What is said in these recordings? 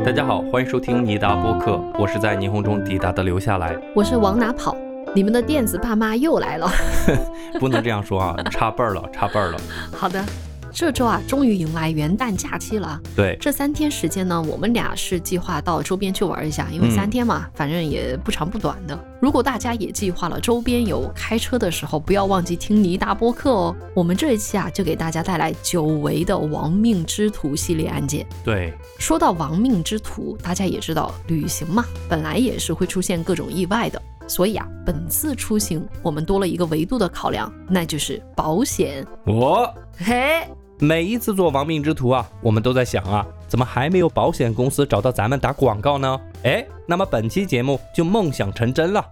大家好，欢迎收听尼达播客，我是在霓虹中抵达的留下来， 我是往哪跑，你们的电子爸妈又来了。 不能这样说啊，差辈儿了。 好的，这周啊，终于迎来元旦假期了。 对， 这3天时间呢，我们俩是计划到周边去玩一下，因为3天嘛，反正也不长不短的。如果大家也计划了周边游，开车的时候不要忘记听尼达播客哦。我们这一期啊，就给大家带来久违的亡命之徒系列案件。 对， 说到亡命之徒，大家也知道，旅行嘛，本来也是会出现各种意外的。所以啊，本次出行我们多了一个维度的考量，那就是保险。 每一次做亡命之徒啊，我们都在想啊，怎么还没有保险公司找到咱们打广告呢？那么本期节目就梦想成真了。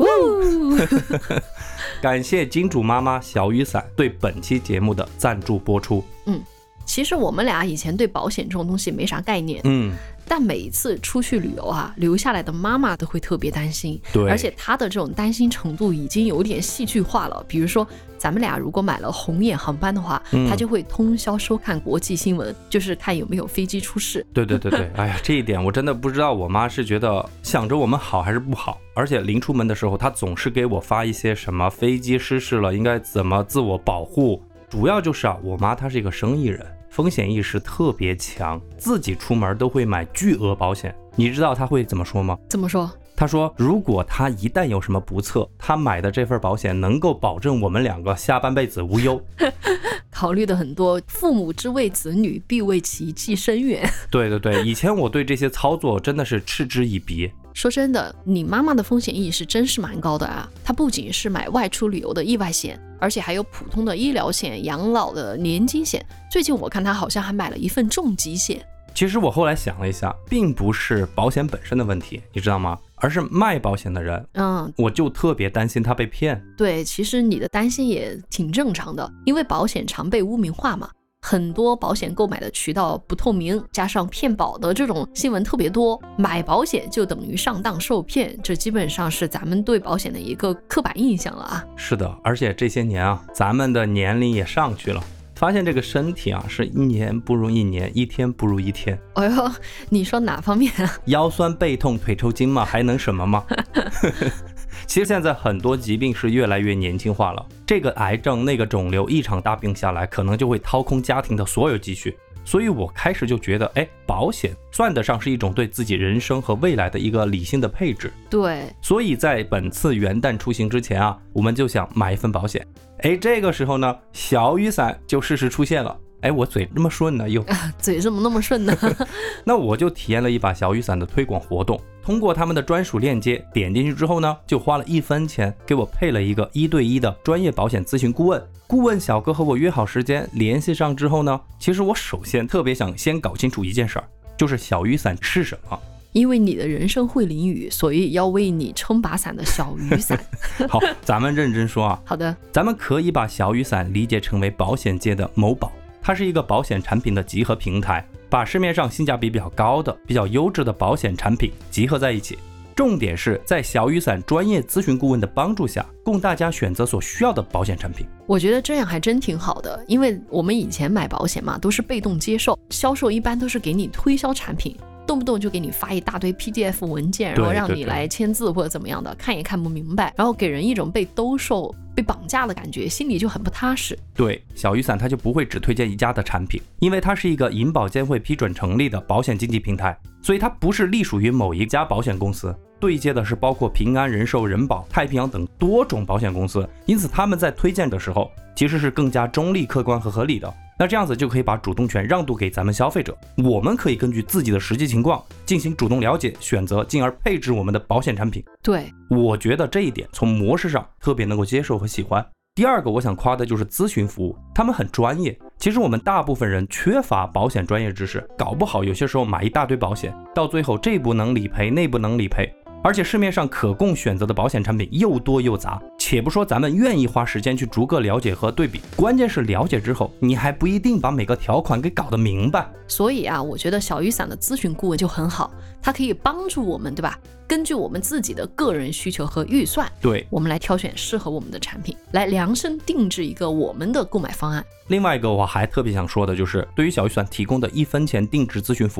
感谢金主妈妈小雨伞对本期节目的赞助播出。 其实我们俩以前对保险这种东西没啥概念，但每一次出去旅游啊，留下来的妈妈都会特别担心， 对， 而且她的这种担心程度已经有点戏剧化了。比如说咱们俩如果买了红眼航班的话，她就会通宵收看国际新闻，就是看有没有飞机出事。 对，哎呀，这一点我真的不知道我妈是觉得想着我们好还是不好，而且临出门的时候她总是给我发一些什么飞机失事了应该怎么自我保护，主要就是啊，我妈她是一个生意人，风险意识特别强，自己出门都会买巨额保险。你知道她会怎么说吗？ 怎么说？ 她说如果她一旦有什么不测，她买的这份保险能够保证我们2个下半辈子无忧。 考虑的很多，父母之为子女，必为其计深远。 对，以前我对这些操作真的是嗤之以鼻。 说真的，你妈妈的风险意识真是蛮高的啊！她不仅是买外出旅游的意外险，而且还有普通的医疗险、养老的年金险。最近我看她好像还买了一份重疾险。 其实我后来想了一下，并不是保险本身的问题，你知道吗？而是卖保险的人。我就特别担心他被骗。 对，其实你的担心也挺正常的，因为保险常被污名化嘛。很多保险购买的渠道不透明，加上骗保的这种新闻特别多，买保险就等于上当受骗，这基本上是咱们对保险的一个刻板印象了啊。 是的，而且这些年啊，咱们的年龄也上去了，发现这个身体啊是一年不如一年，一天不如一天。 哎呦，你说哪方面啊？ 腰酸背痛腿抽筋嘛，还能什么吗？其实现在很多疾病是越来越年轻化了，这个癌症那个肿瘤一场大病下来，可能就会掏空家庭的所有积蓄。所以我开始就觉得，保险算得上是一种对自己人生和未来的一个理性的配置。 对， 所以在本次元旦出行之前啊，我们就想买一份保险。这个时候呢，小雨伞就适时出现了。我嘴这么顺呢， 嘴怎么那么顺呢？ 那我就体验了一把小雨伞的推广活动，通过他们的专属链接，点进去之后呢，就花了1分钱给我配了一个1对1的专业保险咨询顾问。顾问小哥和我约好时间联系上之后呢，其实我首先特别想先搞清楚一件事儿，就是小雨伞是什么。 因为你的人生会淋雨，所以要为你撑把伞的小雨伞。 好，咱们认真说啊。 好的， 咱们可以把小雨伞理解成为保险界的某宝，它是一个保险产品的集合平台，把市面上性价比比较高的、比较优质的保险产品集合在一起。重点是在小雨伞专业咨询顾问的帮助下，供大家选择所需要的保险产品。 我觉得这样还真挺好的，因为我们以前买保险嘛，都是被动接受，销售一般都是给你推销产品，动不动就给你发一大堆 PDF 文件，然后让你来签字或者怎么样的，看也看不明白，然后给人一种被兜售、被绑架的感觉，心里就很不踏实。对， 小雨伞它就不会只推荐一家的产品，因为它是一个银保监会批准成立的保险经纪平台，所以它不是隶属于某一家保险公司，对接的是包括平安、人寿、人保、太平洋等多种保险公司，因此他们在推荐的时候其实是更加中立、客观和合理的。那这样子就可以把主动权让渡给咱们消费者，我们可以根据自己的实际情况进行主动了解、选择，进而配置我们的保险产品。 对， 我觉得这一点从模式上特别能够接受和喜欢。第二个我想夸的就是咨询服务，他们很专业。其实我们大部分人缺乏保险专业知识，搞不好有些时候买一大堆保险，到最后这不能理赔那不能理赔，而且市面上可供选择的保险产品又多又杂，且不说咱们愿意花时间去逐个了解和对比，关键是了解之后你还不一定把每个条款给搞得明白。 所以啊，我觉得小雨伞的咨询顾问就很好，它可以帮助我们，对吧？根据我们自己的个人需求和预算， 对， 我们来挑选适合我们的产品，来量身定制一个我们的购买方案。 另外一个我还特别想说的就是，对于小雨伞提供的1分钱定制咨询服务，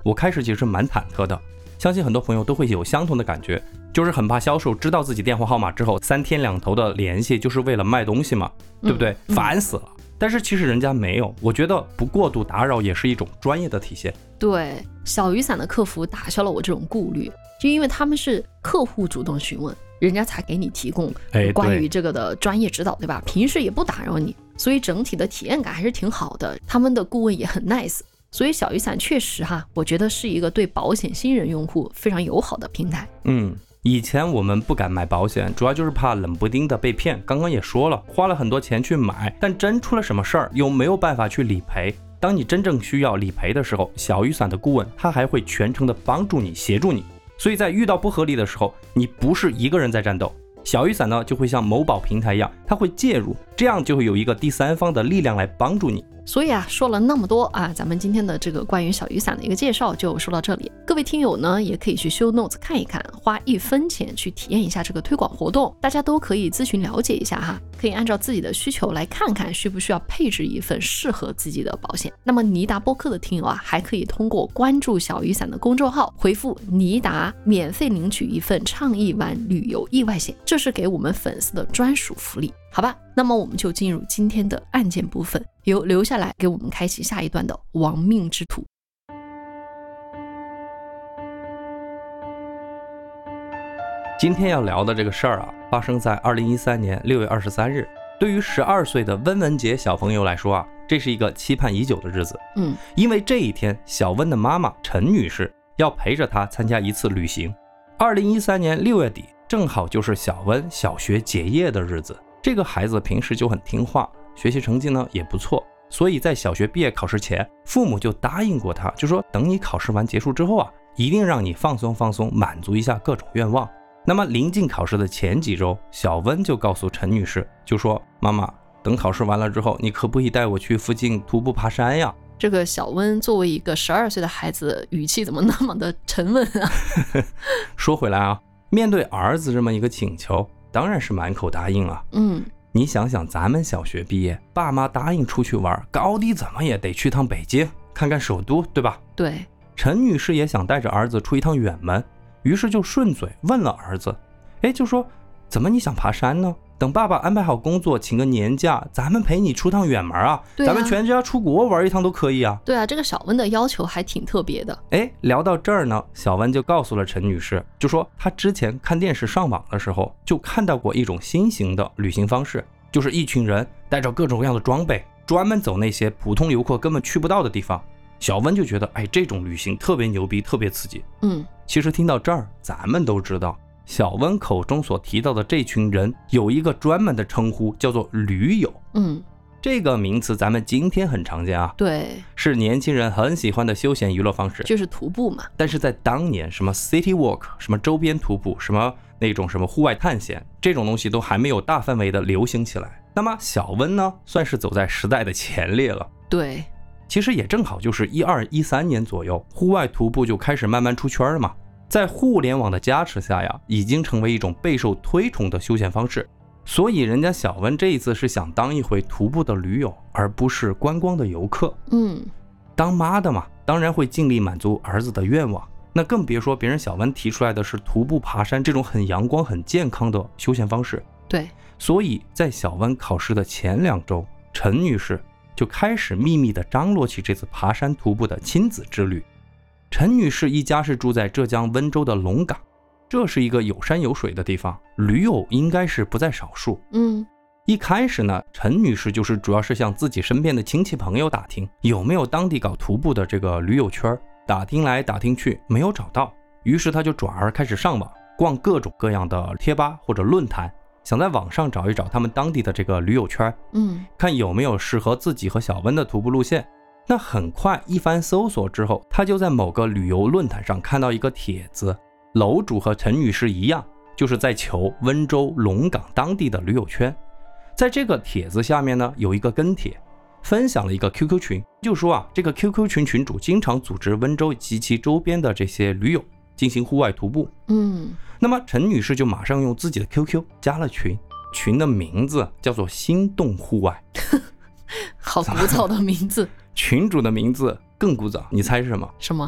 我开始其实蛮忐忑的，相信很多朋友都会有相同的感觉，就是很怕销售知道自己电话号码之后3天2头的联系，就是为了卖东西嘛，对不对？烦死了。但是其实人家没有，我觉得不过度打扰也是一种专业的体现。 对，小雨伞的客服打消了我这种顾虑，就因为他们是客户主动询问，人家才给你提供关于这个的专业指导，对吧？平时也不打扰你，所以整体的体验感还是挺好的，他们的顾问也很 nice。所以小雨伞确实我觉得是一个对保险新人用户非常友好的平台。 以前我们不敢买保险，主要就是怕冷不丁的被骗。刚刚也说了，花了很多钱去买，但真出了什么事儿，又没有办法去理赔。当你真正需要理赔的时候，小雨伞的顾问他还会全程的帮助你，协助你。所以在遇到不合理的时候，你不是一个人在战斗，小雨伞呢就会像某宝平台一样，它会介入，这样就会有一个第三方的力量来帮助你。 所以说了那么多咱们今天的这个关于小雨伞的一个介绍就说到这里。各位听友呢也可以去 show notes 看一看，花1分钱去体验一下这个推广活动，大家都可以咨询了解一下可以按照自己的需求来看看需不需要配置一份适合自己的保险。那么尼达播客的听友还可以通过关注小雨伞的公众号，回复尼达免费领取一份倡议湾旅游意外险，这是给我们粉丝的专属福利。好吧，那么我们就进入今天的案件部分，由留下来给我们开启下一段的亡命之徒。 今天要聊的这个事儿发生在2013年6月23日。对于12岁的温文杰小朋友来说这是一个期盼已久的日子。因为这一天，小温的妈妈陈女士要陪着她参加一次旅行。2013年6月底，正好就是小温小学结业的日子。这个孩子平时就很听话，学习成绩呢也不错，所以在小学毕业考试前，父母就答应过他，就说等你考试完结束之后一定让你放松放松，满足一下各种愿望。那么临近考试的前几周，小温就告诉陈女士，就说妈妈，等考试完了之后，你可不可以带我去附近徒步爬山呀？ 这个小温作为一个12岁的孩子，语气怎么那么的沉稳说回来面对儿子这么一个请求，当然是满口答应你想想，咱们小学毕业，爸妈答应出去玩，高低怎么也得去趟北京，看看首都，对吧？ 对。 陈女士也想带着儿子出一趟远门，于是就顺嘴问了儿子，就说怎么你想爬山呢？等爸爸安排好工作，请个年假，咱们陪你出趟远门咱们全家出国玩一趟都可以对啊，这个小温的要求还挺特别的。 聊到这儿呢，小温就告诉了陈女士，就说她之前看电视上网的时候，就看到过一种新型的旅行方式，就是一群人带着各种各样的装备，专门走那些普通游客根本去不到的地方。小温就觉得这种旅行特别牛逼，特别刺激。其实听到这儿，咱们都知道小温口中所提到的这群人有一个专门的称呼，叫做驴友。这个名词咱们今天很常见对， 是年轻人很喜欢的休闲娱乐方式， 就是徒步嘛。 但是在当年，什么 city walk， 什么周边徒步，什么那种什么户外探险，这种东西都还没有大范围的流行起来。那么小温呢，算是走在时代的前列了。 对， 其实也正好就是12、13年左右，户外徒步就开始慢慢出圈了嘛。在互联网的加持下已经成为一种备受推崇的休闲方式。所以人家小温这一次是想当一回徒步的驴友，而不是观光的游客。当妈的嘛，当然会尽力满足儿子的愿望，那更别说别人小温提出来的是徒步爬山这种很阳光很健康的休闲方式。 对， 所以在小温考试的前2周，陈女士就开始秘密地张罗起这次爬山徒步的亲子之旅。陈女士一家是住在浙江温州的龙岗，这是一个有山有水的地方，驴友应该是不在少数。一开始呢，陈女士就是主要是向自己身边的亲戚朋友打听有没有当地搞徒步的这个驴友圈，打听来打听去没有找到，于是她就转而开始上网逛各种各样的贴吧或者论坛，想在网上找一找他们当地的这个驴友圈，看有没有适合自己和小温的徒步路线。那很快一番搜索之后，他就在某个旅游论坛上看到一个帖子，楼主和陈女士一样，就是在求温州龙岗当地的驴友圈。在这个帖子下面呢，有一个跟帖，分享了一个 QQ 群，就说这个 QQ 群群主经常组织温州及其周边的这些驴友进行户外徒步。那么陈女士就马上用自己的 QQ 加了群，群的名字叫做心动户外。 好古早的名字。 群主的名字更古早，你猜是什么？ 什么？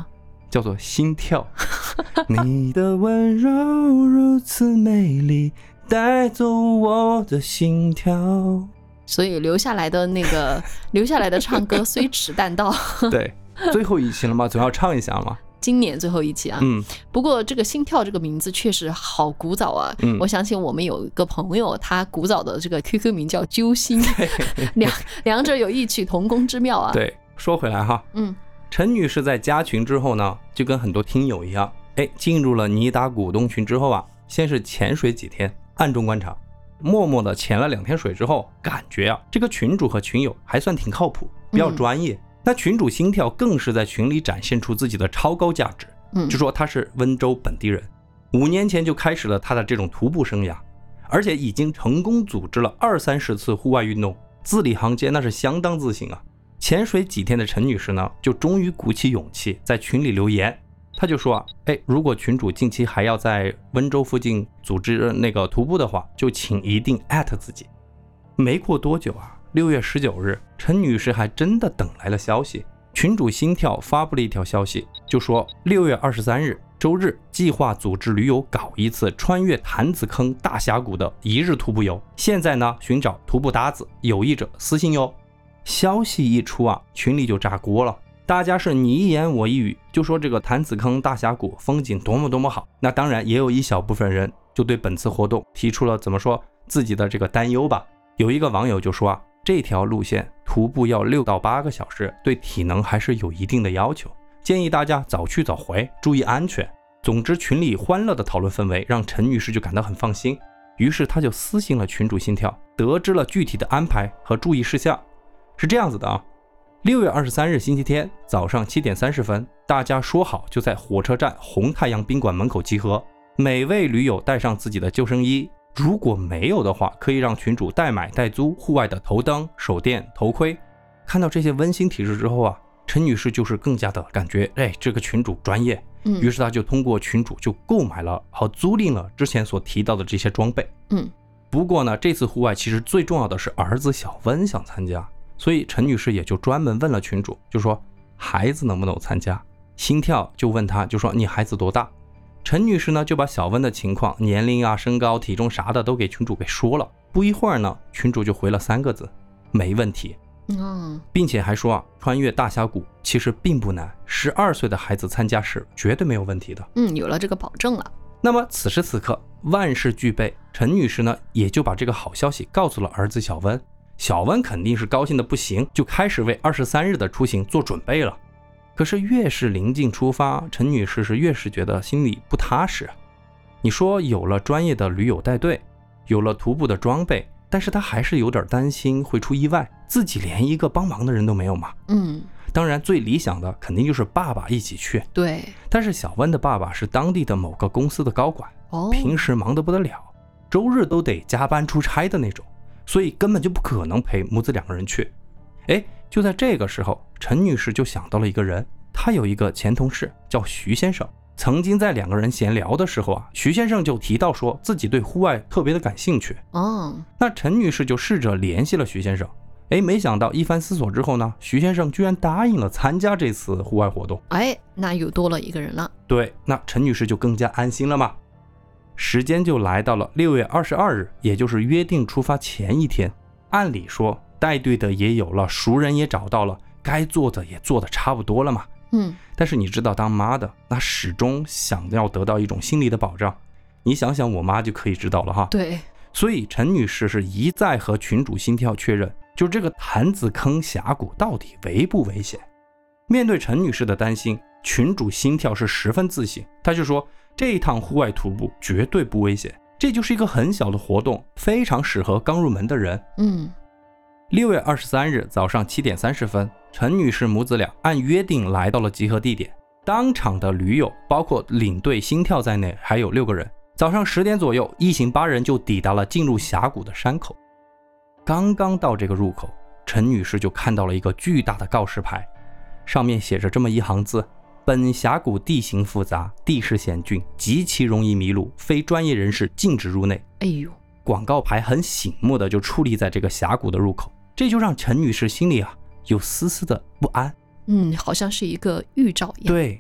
叫做心跳。你的温柔如此美丽，带走我的心跳。 所以留下来的唱歌虽迟但到。 对，最后一期了吗？总要唱一下嘛。 今年最后一期啊。不过这个心跳这个名字确实好古早啊。我相信我们有一个朋友，他古早的这个 QQ 名叫揪心。两者有异曲同工之妙啊。 对，说回来哈，陈女士在加群之后呢，就跟很多听友一样，进入了尼达股东群之后啊，先是潜水几天，暗中观察，默默的潜了2天水之后，感觉啊，这个群主和群友还算挺靠谱，比较专业。那群主心跳更是在群里展现出自己的超高价值，就说他是温州本地人，5年前就开始了他的这种徒步生涯，而且已经成功组织了20-30次户外运动，字里行间那是相当自信啊。潜水几天的陈女士呢，就终于鼓起勇气在群里留言，她就说如果群主近期还要在温州附近组织那个徒步的话，就请一定艾特自己。没过多久啊，6月19日，陈女士还真的等来了消息。群主心跳发布了一条消息，就说6月23日周日计划组织驴友搞一次穿越潭子坑大峡谷的1日徒步游，现在呢寻找徒步搭子，有意者私信哟。消息一出啊，群里就炸锅了，大家是你一言我一语，就说这个潭子坑大峡谷风景多么多么好。那当然也有一小部分人就对本次活动提出了怎么说自己的这个担忧吧。有一个网友就说啊，这条路线徒步要6到8个小时，对体能还是有一定的要求，建议大家早去早回，注意安全。总之群里欢乐的讨论氛围让陈女士就感到很放心，于是她就私信了群主心跳，得知了具体的安排和注意事项。是这样子的啊，6月23日星期天早上7点30分，大家说好就在火车站红太阳宾馆门口集合，每位驴友带上自己的救生衣，如果没有的话，可以让群主代买代租户外的头灯、手电、头盔。看到这些温馨提示之后啊，陈女士就是更加的感觉这个群主专业，于是她就通过群主就购买了和租赁了之前所提到的这些装备。不过呢，这次户外其实最重要的是儿子小温想参加，所以陈女士也就专门问了群主，就说孩子能不能参加。心跳就问他，就说你孩子多大。陈女士呢就把小温的情况，年龄啊、身高、体重啥的都给群主给说了。不一会儿呢，群主就回了3个字，没问题。并且还说啊，穿越大峡谷其实并不难，12岁的孩子参加是绝对没有问题的。 有了这个保证了。 那么此时此刻万事俱备，陈女士呢也就把这个好消息告诉了儿子小温。小温肯定是高兴的不行，就开始为23日的出行做准备了。可是越是临近出发，陈女士是越是觉得心里不踏实。你说有了专业的驴友带队，有了徒步的装备，但是她还是有点担心会出意外，自己连一个帮忙的人都没有嘛。当然最理想的肯定就是爸爸一起去。 对， 但是小温的爸爸是当地的某个公司的高管，平时忙得不得了，周日都得加班出差的那种，所以根本就不可能陪母子2个人去。就在这个时候，陈女士就想到了一个人，她有一个前同事叫徐先生，曾经在2个人闲聊的时候啊，徐先生就提到说自己对户外特别的感兴趣。那陈女士就试着联系了徐先生，没想到一番思索之后呢，徐先生居然答应了参加这次户外活动。 那又多了一个人了。 对，那陈女士就更加安心了嘛。时间就来到了6月22日，也就是约定出发前一天。按理说带队的也有了，熟人也找到了，该做的也做的差不多了嘛。但是你知道当妈的那始终想要得到一种心理的保障，你想想我妈就可以知道了哈。 对， 所以陈女士是一再和群主心跳确认，就这个潭子坑峡谷到底危不危险。面对陈女士的担心，群主心跳是十分自信，他就说这一趟户外徒步绝对不危险，这就是一个很小的活动，非常适合刚入门的人。6月23日早上7点30分，陈女士母子俩按约定来到了集合地点。当场的驴友包括领队心跳在内还有6个人。早上10点左右，一行8人就抵达了进入峡谷的山口。刚刚到这个入口，陈女士就看到了一个巨大的告示牌，上面写着这么一行字：本峡谷地形复杂，地势险峻，极其容易迷路，非专业人士禁止入内。广告牌很醒目的就矗立在这个峡谷的入口，这就让陈女士心里有丝丝的不安。 好像是一个预兆一样。 对，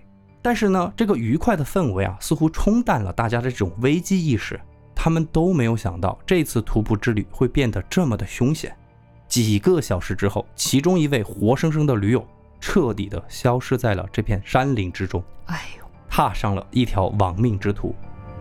但是呢，这个愉快的氛围啊，似乎冲淡了大家的这种危机意识。他们都没有想到这次徒步之旅会变得这么的凶险。几个小时之后，其中一位活生生的驴友彻底的消失在了这片山林之中，踏上了一条亡命之途。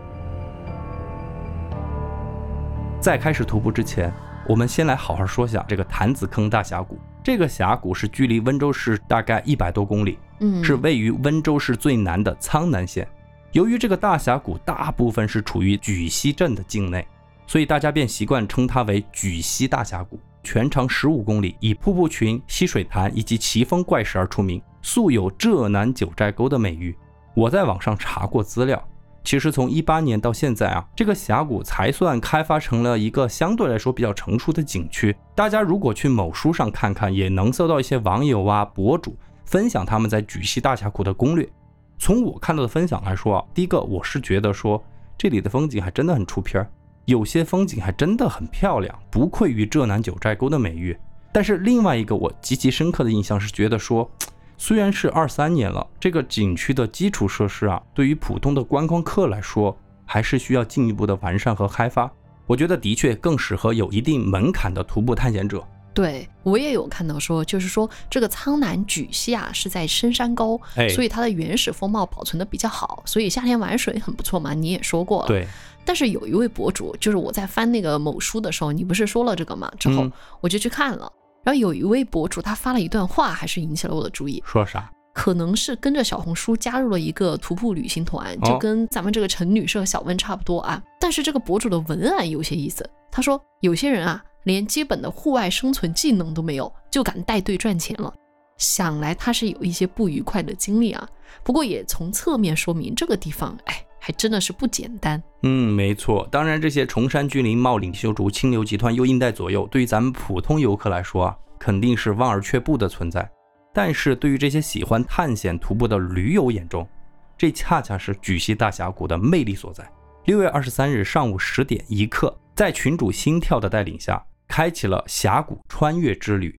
在开始徒步之前，我们先来好好说下这个坛子坑大峡谷。这个峡谷是距离温州市大概100多公里，是位于温州市最南的苍南县。由于这个大峡谷大部分是处于莒溪镇的境内，所以大家便习惯称它为莒溪大峡谷。全长15公里，以瀑布群、溪水潭以及奇峰怪石而出名，素有浙南九寨沟的美誉。我在网上查过资料，其实从18年到现在啊，这个峡谷才算开发成了一个相对来说比较成熟的景区。大家如果去某书上看看，也能搜到一些网友啊、博主分享他们在莒溪大峡谷的攻略。从我看到的分享来说啊，第一个我是觉得说这里的风景还真的很出片，有些风景还真的很漂亮，不愧于浙南九寨沟的美誉。但是另外一个我极其深刻的印象是觉得说，虽然是23年了，这个景区的基础设施啊，对于普通的观光客来说还是需要进一步的完善和开发。我觉得的确更适合有一定门槛的徒步探险者。 对，我也有看到说，就是说这个苍南莒溪啊是在深山沟，所以它的原始风貌保存的比较好，所以夏天玩水很不错嘛，你也说过了。 对。 但是有一位博主，就是我在翻那个某书的时候，你不是说了这个嘛，之后我就去看了，然后有一位博主他发了一段话，还是引起了我的注意。 说啥？ 可能是跟着小红书加入了一个徒步旅行团，就跟咱们这个陈女士和小温差不多啊。但是这个博主的文案有些意思，他说有些人啊连基本的户外生存技能都没有，就敢带队赚钱了，想来他是有一些不愉快的经历啊。不过也从侧面说明这个地方还真的是不简单。 没错。当然这些崇山峻岭、茂岭修竹、清流集团、优印带左右，对于咱们普通游客来说啊，肯定是望而却步的存在。但是对于这些喜欢探险徒步的驴友眼中，这恰恰是莒溪大峡谷的魅力所在。6月23日上午10点一刻，在群主心跳的带领下，开启了峡谷穿越之旅。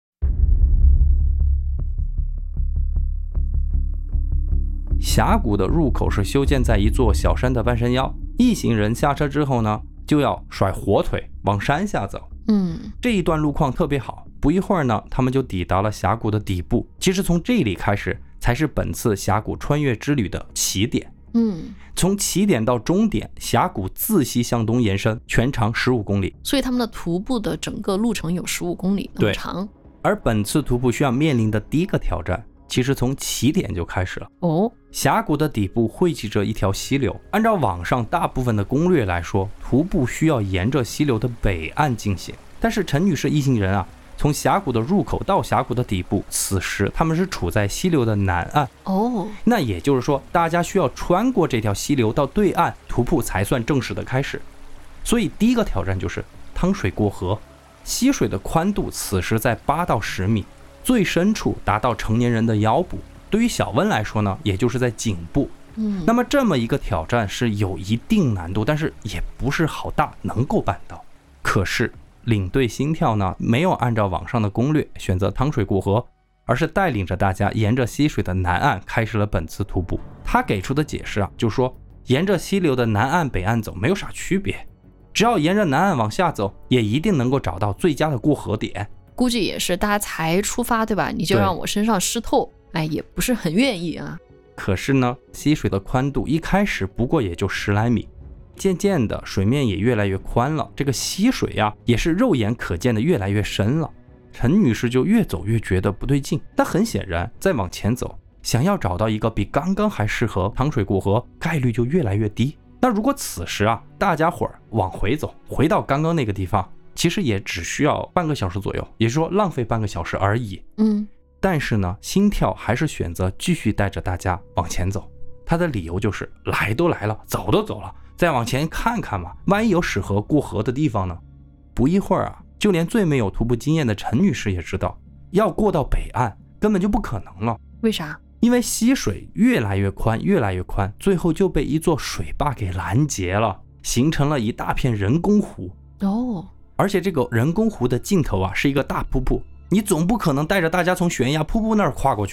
峡谷的入口是修建在一座小山的半山腰，一行人下车之后呢，就要甩火腿往山下走。这一段路况特别好，不一会儿呢，他们就抵达了峡谷的底部。其实从这里开始，才是本次峡谷穿越之旅的起点。从起点到终点，峡谷自西向东延伸，全长15公里。 所以他们的徒步的整个路程有15公里那么长。 而本次徒步需要面临的第一个挑战，其实从起点就开始了。峡谷的底部汇集着一条溪流，按照网上大部分的攻略来说，徒步需要沿着溪流的北岸进行。但是陈女士一行人啊，从峡谷的入口到峡谷的底部，此时他们是处在溪流的南岸。那也就是说，大家需要穿过这条溪流到对岸，徒步才算正式的开始。所以第一个挑战就是趟水过河。溪水的宽度此时在8到10米，最深处达到成年人的腰部。对于小温来说呢，也就是在颈部。那么这么一个挑战是有一定难度，但是也不是好大能够办到。可是领队心跳呢，没有按照网上的攻略选择趟水过河，而是带领着大家沿着溪水的南岸开始了本次徒步。他给出的解释啊，就说沿着溪流的南岸北岸走没有啥区别，只要沿着南岸往下走，也一定能够找到最佳的过河点。 估计也是大家才出发对吧，你就让我身上湿透，也不是很愿意啊。 可是呢，溪水的宽度一开始不过也就10来米，渐渐的水面也越来越宽了，这个溪水呀，也是肉眼可见的越来越深了。陈女士就越走越觉得不对劲，但很显然再往前走，想要找到一个比刚刚还适合趟水过河，概率就越来越低。那如果此时啊，大家伙儿往回走，回到刚刚那个地方，其实也只需要半个小时左右，也就是说浪费半个小时而已。但是呢，心跳还是选择继续带着大家往前走。他的理由就是来都来了，走都走了，再往前看看嘛，万一有适合过河的地方呢？不一会儿啊，就连最没有徒步经验的陈女士也知道，要过到北岸根本就不可能了。 为啥？ 因为溪水越来越宽，越来越宽，最后就被一座水坝给拦截了，形成了一大片人工湖。而且这个人工湖的尽头啊，是一个大瀑布，你总不可能带着大家从悬崖瀑布那儿跨过去嘛？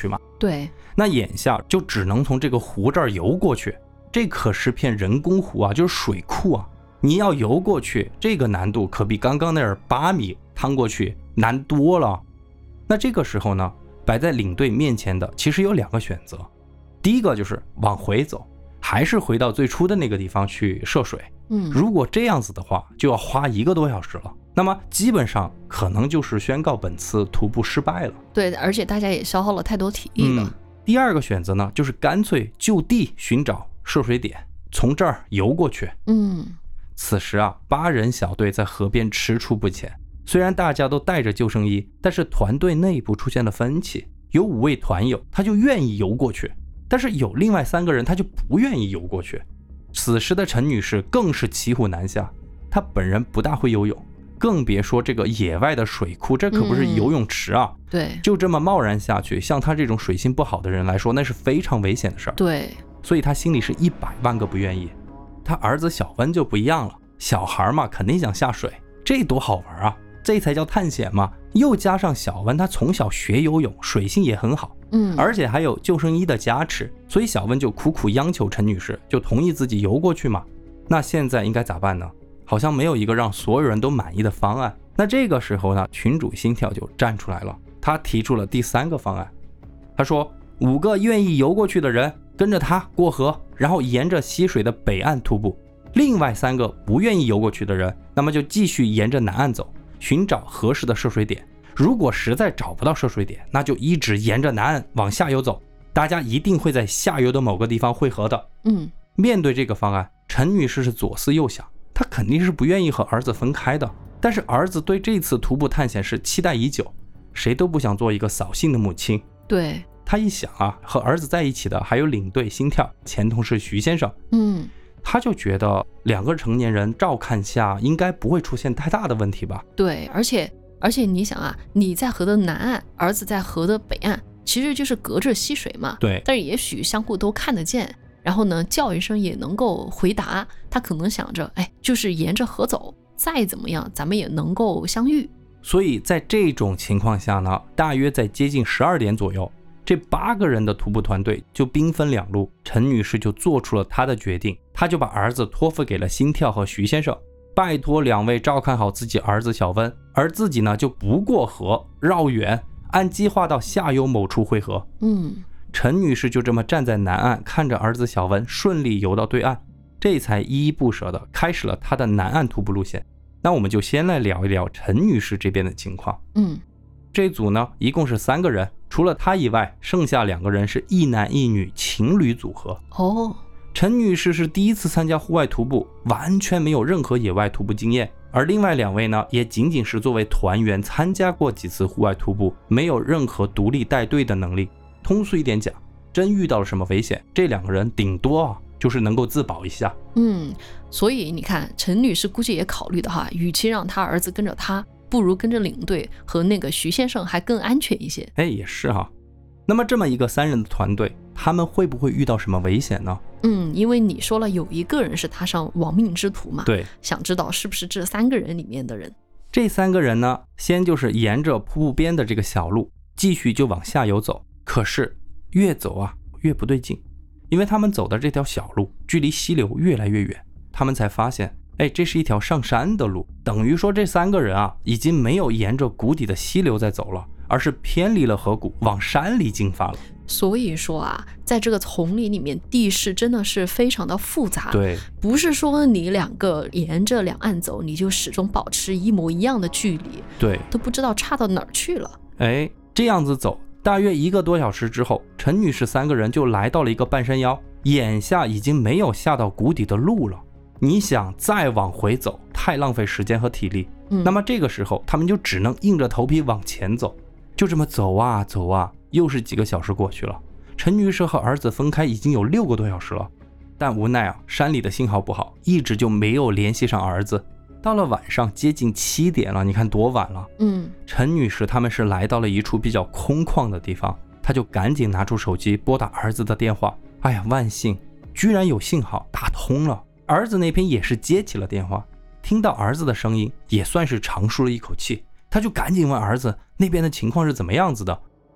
对， 那眼下就只能从这个湖这儿游过去，这可是片人工湖啊，就是水库啊，你要游过去，这个难度可比刚刚那儿8米趟过去难多了。那这个时候呢，摆在领队面前的其实有2个选择，第一个就是往回走，还是回到最初的那个地方去涉水。如果这样子的话，就要花1个多小时了。那么基本上可能就是宣告本次徒步失败了。 对，而且大家也消耗了太多体力了。 第2个选择呢，就是干脆就地寻找涉水点，从这儿游过去。此时啊，8人小队在河边踟蹰不前。虽然大家都带着救生衣，但是团队内部出现了分歧。有5位团友他就愿意游过去，但是有另外3个人他就不愿意游过去。此时的陈女士更是骑虎难下，她本人不大会游泳，更别说这个野外的水库，这可不是游泳池啊。 对， 就这么贸然下去，像她这种水性不好的人来说，那是非常危险的事儿。 对， 所以她心里是100万个不愿意。她儿子小温就不一样了，小孩嘛肯定想下水，这多好玩啊，这才叫探险嘛。又加上小温他从小学游泳，水性也很好，而且还有救生衣的加持，所以小温就苦苦央求陈女士就同意自己游过去嘛。那现在应该咋办呢？好像没有一个让所有人都满意的方案。那这个时候呢，群主心跳就站出来了，他提出了第3个方案。他说5个愿意游过去的人跟着他过河，然后沿着溪水的北岸徒步，另外3个不愿意游过去的人，那么就继续沿着南岸走，寻找合适的涉水点。如果实在找不到涉水点，那就一直沿着南岸往下游走，大家一定会在下游的某个地方汇合的。面对这个方案，陈女士是左思右想，她肯定是不愿意和儿子分开的，但是儿子对这次徒步探险是期待已久，谁都不想做一个扫兴的母亲。 对， 她一想啊，和儿子在一起的还有领队心跳前同事徐先生，他就觉得2个成年人照看下应该不会出现太大的问题吧。 对，而且你想啊，你在河的南岸，儿子在河的北岸，其实就是隔着溪水嘛。 对， 但是也许相互都看得见，然后呢叫一声也能够回答，他可能想着就是沿着河走，再怎么样咱们也能够相遇。 所以在这种情况下呢，大约在接近12点左右，这8个人的徒步团队就兵分2路，陈女士就做出了她的决定，她就把儿子托付给了心跳和徐先生，拜托2位照看好自己儿子小温，而自己呢就不过河，绕远，按计划到下游某处汇合。陈女士就这么站在南岸，看着儿子小温顺利游到对岸，这才依依不舍地开始了她的南岸徒步路线。那我们就先来聊一聊陈女士这边的情况。这组呢一共是3个人，除了她以外，剩下2个人是一男一女情侣组合。陈女士是第一次参加户外徒步，完全没有任何野外徒步经验，而另外2位呢，也仅仅是作为团员参加过几次户外徒步，没有任何独立带队的能力。通俗一点讲，真遇到了什么危险，这2个人顶多就是能够自保一下。 所以你看，陈女士估计也考虑的哈，与其让她儿子跟着她，不如跟着领队和那个徐先生还更安全一些。 也是哈。那么这么一个3人的团队，他们会不会遇到什么危险呢？ 因为你说了有1个人是踏上亡命之途嘛。 对， 想知道是不是这3个人里面的人。 这3个人呢，先就是沿着瀑布边的这个小路继续就往下游走，可是越走啊越不对劲，因为他们走的这条小路距离溪流越来越远，他们才发现这是一条上山的路，等于说这3个人啊已经没有沿着谷底的溪流在走了，而是偏离了河谷往山里进发了。 所以说啊，在这个丛林里面地势真的是非常的复杂。 对， 不是说你2个沿着两岸走你就始终保持一模一样的距离， 对， 都不知道差到哪儿去了。 这样子走大约1个多小时之后，陈女士3个人就来到了一个半山腰，眼下已经没有下到谷底的路了。你想再往回走太浪费时间和体力，那么这个时候他们就只能硬着头皮往前走。就这么走啊走啊，又是几个小时过去了，陈女士和儿子分开已经有6个多小时了，但无奈山里的信号不好，一直就没有联系上儿子。到了晚上接近7点了，你看多晚了。陈女士他们是来到了一处比较空旷的地方，她就赶紧拿出手机拨打儿子的电话。万幸居然有信号打通了，儿子那边也是接起了电话，听到儿子的声音也算是长舒了一口气，他就赶紧问儿子那边的情况是怎么样子的。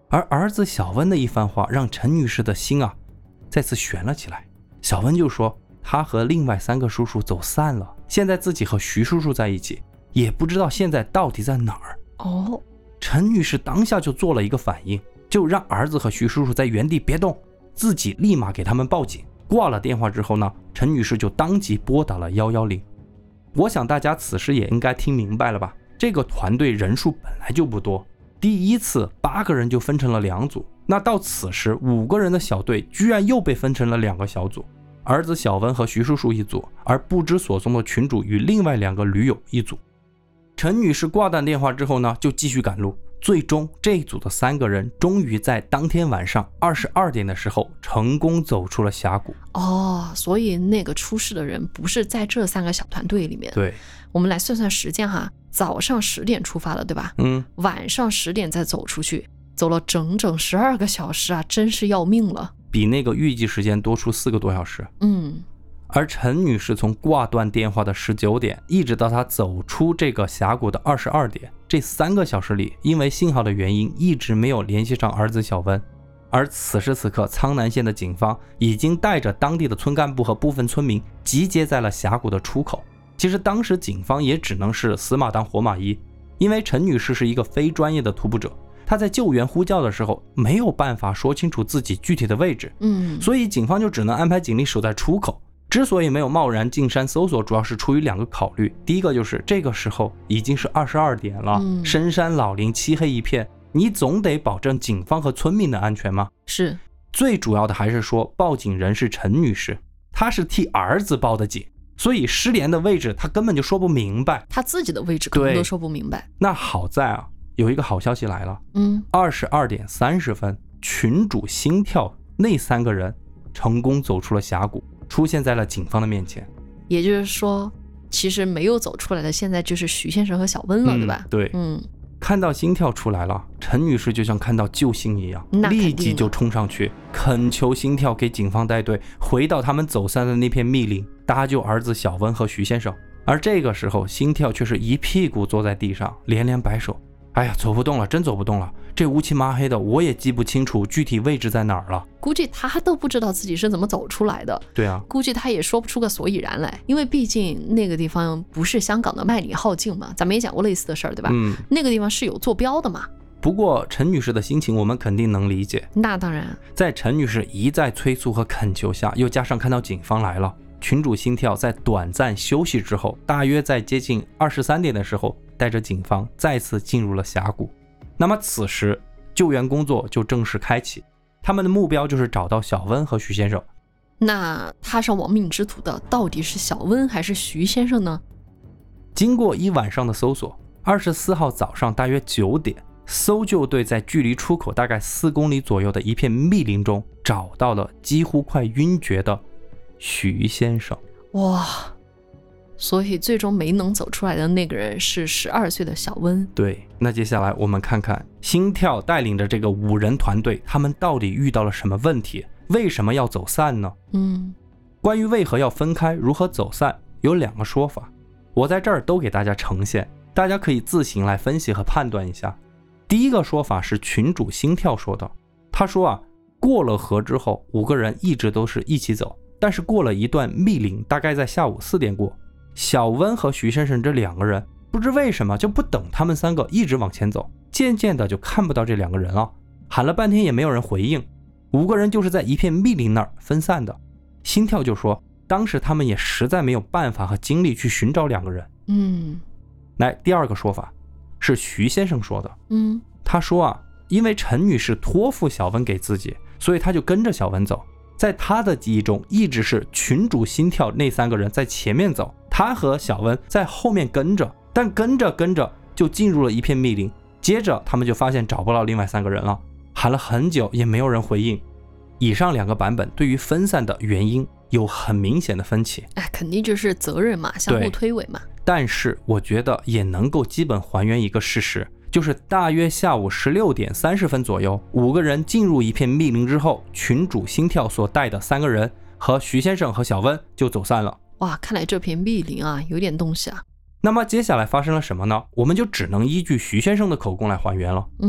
而儿子小温的一番话让陈女士的心再次悬了起来。小温就说她和另外3个叔叔走散了，现在自己和徐叔叔在一起，也不知道现在到底在哪儿。陈女士当下就做了一个反应，就让儿子和徐叔叔在原地别动，自己立马给他们报警。挂了电话之后呢，陈女士就当即拨打了110。我想大家此时也应该听明白了吧，这个团队人数本来就不多，第一次8个人就分成了2组，那到此时5个人的小队居然又被分成了2个小组，儿子小温和徐叔叔一组，而不知所踪的群主与另外2个驴友一组。陈女士挂断电话之后呢，就继续赶路，最终这一组的3个人终于在当天晚上22点的时候成功走出了峡谷。 所以那个出事的人不是在这3个小团队里面。 对， 我们来算算时间哈，早上10点出发了，对吧？晚上10点再走出去，走了整整12个小时啊，真是要命了， 比那个预计时间多出4个多小时。而陈女士从挂断电话的19点一直到她走出这个峡谷的22点，这3个小时里，因为信号的原因一直没有联系上儿子小温。而此时此刻，苍南县的警方已经带着当地的村干部和部分村民集结在了峡谷的出口。其实当时警方也只能是死马当活马医，因为陈女士是一个非专业的徒步者，她在救援呼叫的时候没有办法说清楚自己具体的位置，所以警方就只能安排警力守在出口。之所以没有贸然进山搜索，主要是出于2个考虑。第一个就是这个时候已经是22点了，深山老林，漆黑一片，你总得保证警方和村民的安全吗？ 是。 最主要的还是说报警人是陈女士，她是替儿子报的警，所以失联的位置她根本就说不明白， 她自己的位置可能都说不明白。 那好在有一个好消息来了，22点30分，群主心跳那3个人成功走出了峡谷，出现在了警方的面前。 也就是说其实没有走出来的现在就是徐先生和小温了，对吧？ 对，看到心跳出来了，陈女士就像看到救星一样，立即就冲上去恳求心跳给警方带队回到他们走散的那片密林，搭救儿子小温和徐先生。而这个时候心跳却是一屁股坐在地上，连连摆手，哎呀，走不动了，真走不动了，这乌漆麻黑的，我也记不清楚具体位置在哪儿了。 估计他都不知道自己是怎么走出来的。 对啊， 估计他也说不出个所以然来，因为毕竟那个地方不是香港的麦理浩径嘛，咱们也讲过类似的事儿，对吧？那个地方是有坐标的嘛。 不过陈女士的心情我们肯定能理解。 那当然， 在陈女士一再催促和恳求下，又加上看到警方来了，群主心跳在短暂休息之后，大约在接近23点的时候，带着警方再次进入了峡谷。那么此时救援工作就正式开启，他们的目标就是找到小温和徐先生。 那踏上亡命之途的到底是小温还是徐先生呢？ 经过1晚上的搜索，24号早上大约9点，搜救队在距离出口大概4公里左右的一片密林中找到了几乎快晕厥的徐先生。 哇，所以最终没能走出来的那个人是12岁的小温。 对，那接下来我们看看心跳带领着这个5人团队，他们到底遇到了什么问题，为什么要走散呢？关于为何要分开，如何走散，有2个说法，我在这儿都给大家呈现，大家可以自行来分析和判断一下。第一个说法是群主心跳说的，他说过了河之后5个人一直都是一起走，但是过了一段密林，大概在下午4点过，小温和徐先生这2个人不知为什么就不等他们3个一直往前走，渐渐的就看不到这2个人了，喊了半天也没有人回应，5个人就是在一片密林那儿分散的。心跳就说当时他们也实在没有办法和精力去寻找2个人。来，第2个说法是徐先生说的。他说因为陈女士托付小温给自己，所以他就跟着小温走，在他的记忆中一直是群主心跳那3个人在前面走，他和小温在后面跟着，但跟着就进入了一片密林，接着他们就发现找不到另外3个人了，喊了很久也没有人回应。以上2个版本对于分散的原因有很明显的分歧， 肯定就是责任嘛，相互推诿嘛。 但是我觉得也能够基本还原一个事实，就是大约下午16点30分左右，5个人进入一片密林之后，群主心跳所带的3个人和徐先生和小温就走散了。 哇，看来这片密林有点东西啊。 那么接下来发生了什么呢？我们就只能依据徐先生的口供来还原了。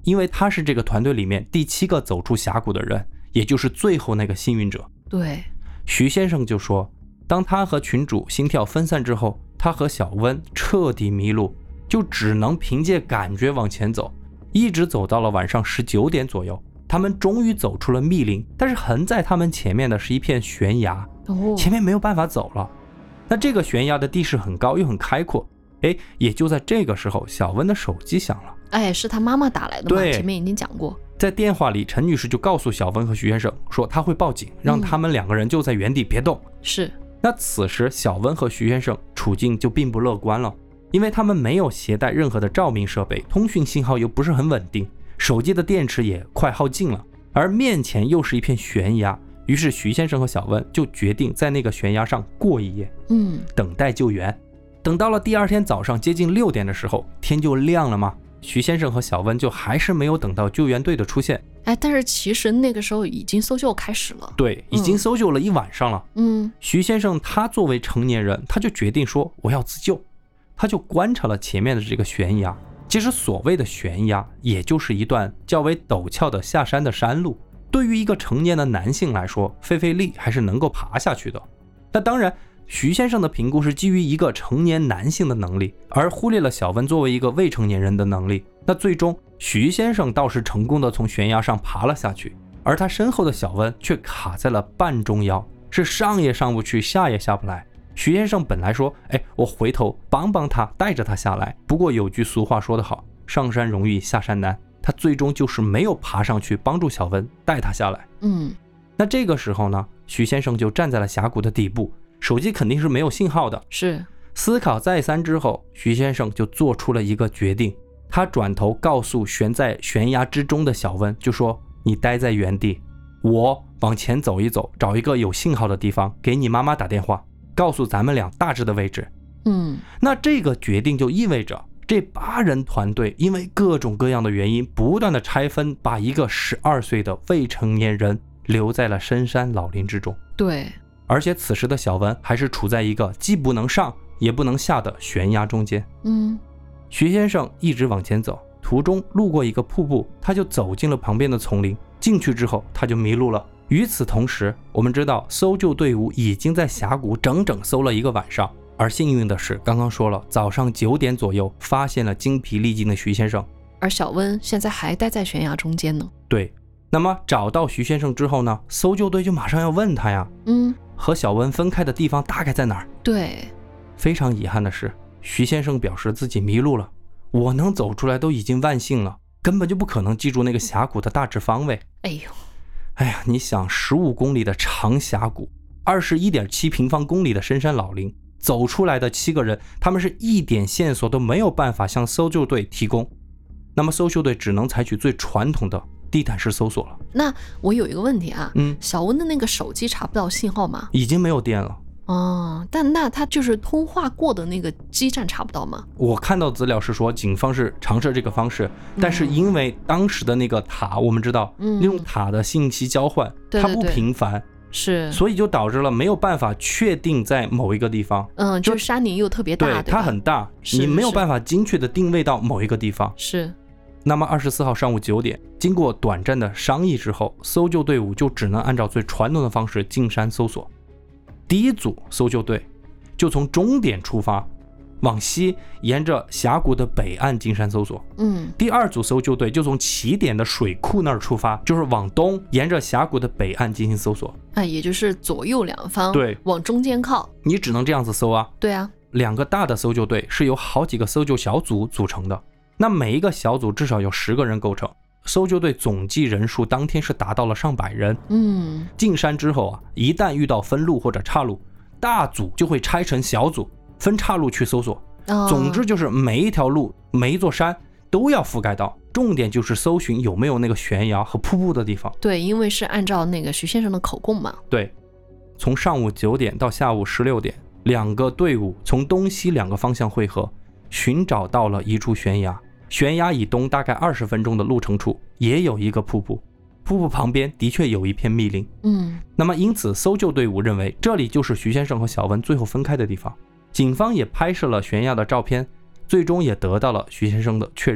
因为他是这个团队里面第7个走出峡谷的人，也就是最后那个幸运者。 对， 徐先生就说，当他和群主心跳分散之后，他和小温彻底迷路，就只能凭借感觉往前走，一直走到了晚上19点左右，他们终于走出了密林，但是横在他们前面的是一片悬崖，前面没有办法走了。那这个悬崖的地势很高又很开阔，也就在这个时候，小温的手机响了。 是他妈妈打来的嘛？前面已经讲过。 在电话里，陈女士就告诉小温和徐先生说，她会报警，让他们2个人就在原地别动。 是。 那此时小温和徐先生处境就并不乐观了，因为他们没有携带任何的照明设备，通讯信号又不是很稳定，手机的电池也快耗尽了，而面前又是一片悬崖。于是徐先生和小温就决定在那个悬崖上过一夜，等待救援。等到了第2天早上接近6点的时候，天就亮了嘛。徐先生和小温就还是没有等到救援队的出现。 但是其实那个时候已经搜救开始了。 对，已经搜救了一晚上了。徐先生他作为成年人，他就决定说我要自救，他就观察了前面的这个悬崖。其实所谓的悬崖，也就是一段较为陡峭的下山的山路。对于一个成年的男性来说，费力还是能够爬下去的。那当然，徐先生的评估是基于一个成年男性的能力，而忽略了小温作为一个未成年人的能力。那最终徐先生倒是成功的从悬崖上爬了下去，而他身后的小温却卡在了半中腰，是上也上不去，下也下不来。徐先生本来说我回头帮他，带着他下来，不过有句俗话说得好，上山容易下山难，他最终就是没有爬上去帮助小温带他下来。那这个时候呢，徐先生就站在了峡谷的底部，手机肯定是没有信号的。 是。 思考再三之后，徐先生就做出了一个决定，他转头告诉悬在悬崖之中的小温，就说你待在原地，我往前走一走，找一个有信号的地方给你妈妈打电话，告诉咱们俩大致的位置。那这个决定就意味着这8人团队因为各种各样的原因不断的拆分，把一个12岁的未成年人留在了深山老林之中。 对， 而且此时的小温还是处在一个既不能上也不能下的悬崖中间。徐先生一直往前走，途中路过一个瀑布，他就走进了旁边的丛林，进去之后他就迷路了。与此同时，我们知道搜救队伍已经在峡谷整整搜了1个晚上，而幸运的是，刚刚说了，早上9点左右发现了精疲力尽的徐先生， 而小温现在还待在悬崖中间呢。 对，那么找到徐先生之后呢，搜救队就马上要问他呀，和小温分开的地方大概在哪儿？对，非常遗憾的是，徐先生表示自己迷路了，我能走出来都已经万幸了，根本就不可能记住那个峡谷的大致方位。哎呀，你想15公里的长峡谷，21.7平方公里的深山老林，走出来的7个人，他们是一点线索都没有办法向搜救队提供，那么搜救队只能采取最传统的地毯式搜索了。 那我有一个问题啊，小温的那个手机查不到信号吗？ 已经没有电了。 但那他就是通话过的那个基站查不到吗？我看到资料是说警方是尝试这个方式，但是因为当时的那个塔，我们知道，那种塔的信息交换，它不频繁， 是， 所以就导致了没有办法确定在某一个地方。 就是山林又特别大， 对，它很大，你没有办法精确的定位到某一个地方。 是。 那么24号上午9点，经过短暂的商议之后，搜救队伍就只能按照最传统的方式进山搜索。第一组搜救队就从终点出发，往西沿着峡谷的北岸进山搜索。第二组搜救队就从起点的水库那儿出发，就是往东沿着峡谷的北岸进行搜索。 也就是左右两方， 对， 往中间靠。 你只能这样子搜啊。 对啊 ，2个大的搜救队是由好几个搜救小组组成的，那每一个小组至少有10个人构成。搜救队总计人数当天是达到了上百人。进山之后一旦遇到分路或者岔路，大组就会拆成小组，分岔路去搜索。总之就是每一条路每一座山都要覆盖到，重点就是搜寻有没有那个悬崖和瀑布的地方。 对，因为是按照那个徐先生的口供嘛。 对，从上午9点到下午16点，2个队伍从东西2个方向汇合，寻找到了一处悬崖。悬崖以东大概20分钟的路程处也有一个瀑布，瀑布旁边的确有一片密林。那么因此搜救队伍认为这里就是徐先生和小文最后分开的地方。警方也拍摄了悬崖的照片，最终也得到了徐先生的确认。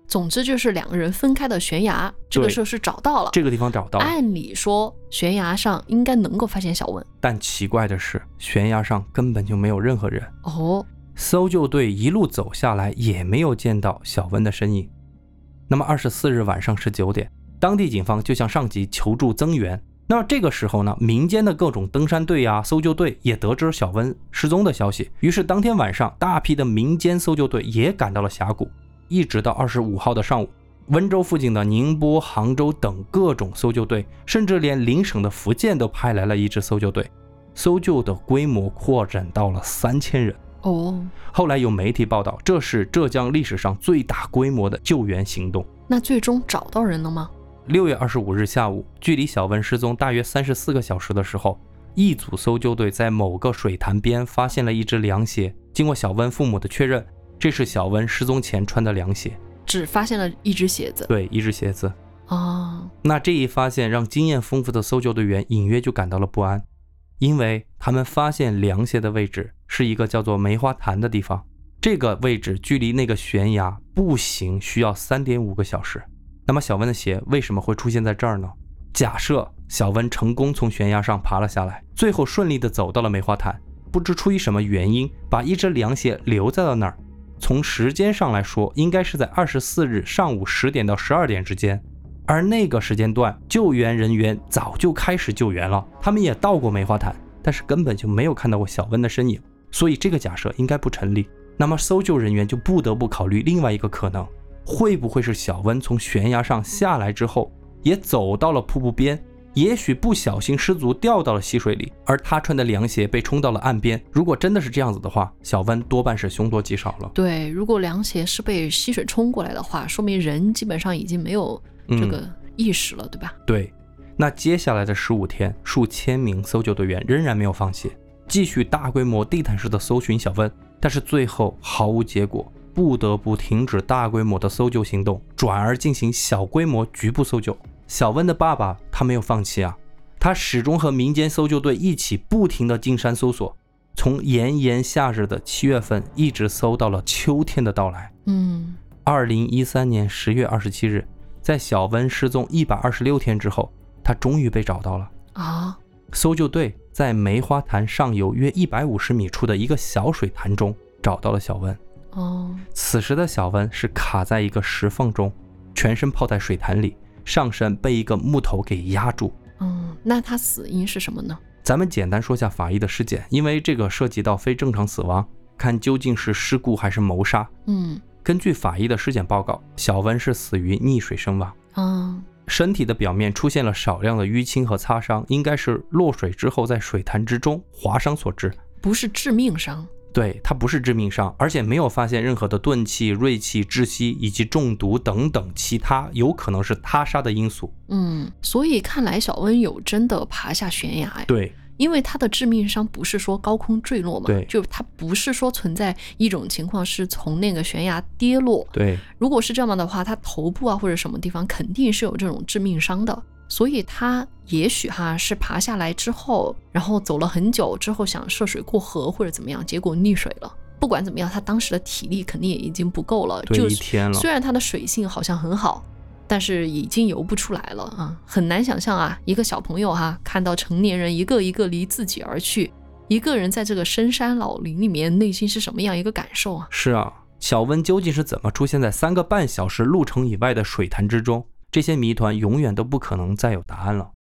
总之就是2个人分开的悬崖，这个时候是找到了， 这个地方找到了。 按理说悬崖上应该能够发现小温， 但奇怪的是，悬崖上根本就没有任何人。搜救队一路走下来，也没有见到小温的身影。那么24日晚上19点，当地警方就向上级求助增援。那么这个时候呢，民间的各种登山队啊、搜救队也得知小温失踪的消息，于是当天晚上，大批的民间搜救队也赶到了峡谷。一直到25号的上午，温州附近的宁波、杭州等各种搜救队，甚至连邻省的福建都派来了一支搜救队，搜救的规模扩展到了3000人。后来有媒体报道，这是浙江历史上最大规模的救援行动。 那最终找到人了吗 ？6月25日下午，距离小温失踪大约34个小时的时候，一组搜救队在某个水潭边发现了一只凉鞋。经过小温父母的确认，这是小温失踪前穿的凉鞋。 只发现了一只鞋子？ 对，一只鞋子。那这一发现让经验丰富的搜救队员隐约就感到了不安，因为他们发现凉鞋的位置是一个叫做梅花潭的地方，这个位置距离那个悬崖步行需要3.5个小时。那么小温的鞋为什么会出现在这儿呢？假设小温成功从悬崖上爬了下来，最后顺利地走到了梅花潭，不知出于什么原因把一只凉鞋留在了那儿。从时间上来说，应该是在24日上午10点到12点之间，而那个时间段救援人员早就开始救援了，他们也到过梅花潭，但是根本就没有看到过小温的身影，所以这个假设应该不成立。那么搜救人员就不得不考虑另外一个可能，会不会是小温从悬崖上下来之后也走到了瀑布边，也许不小心失足掉到了溪水里，而他穿的凉鞋被冲到了岸边。如果真的是这样子的话，小温多半是凶多吉少了。 对，如果凉鞋是被溪水冲过来的话，说明人基本上已经没有这个意识了，对吧？ 对。那接下来的15天，数千名搜救队员仍然没有放弃，继续大规模地毯式的搜寻小温，但是最后毫无结果，不得不停止大规模的搜救行动，转而进行小规模局部搜救。小温的爸爸他没有放弃啊，他始终和民间搜救队一起不停地进山搜索，从炎炎夏日的7月份一直搜到了秋天的到来。2013年10月27日，在小温失踪126天之后，他终于被找到了啊！搜救队在梅花潭上游约150米处的一个小水潭中找到了小温。此时的小温是卡在一个石缝中，全身泡在水潭里，上身被一个木头给压住。 那他死因是什么呢？ 咱们简单说下法医的尸检，因为这个涉及到非正常死亡，看究竟是事故还是谋杀。根据法医的尸检报告，小温是死于溺水身亡。身体的表面出现了少量的淤青和擦伤，应该是落水之后在水潭之中划伤所致， 不是致命伤。 对，它不是致命伤，而且没有发现任何的钝器、锐器、窒息以及中毒等等其他有可能是他杀的因素。 所以看来小温有真的爬下悬崖呀。 对， 因为他的致命伤不是说高空坠落嘛， 对， 就他不是说存在一种情况是从那个悬崖跌落。 对， 如果是这样的话，他头部啊或者什么地方肯定是有这种致命伤的。所以他也许是爬下来之后，然后走了很久之后想涉水过河或者怎么样，结果溺水了。不管怎么样，他当时的体力肯定也已经不够了， 对，一天了。 虽然他的水性好像很好，但是已经游不出来了啊！很难想象啊，一个小朋友看到成年人一个一个离自己而去，一个人在这个深山老林里面，内心是什么样一个感受啊？ 是啊，小温究竟是怎么出现在3个半小时路程以外的水潭之中？这些谜团永远都不可能再有答案了。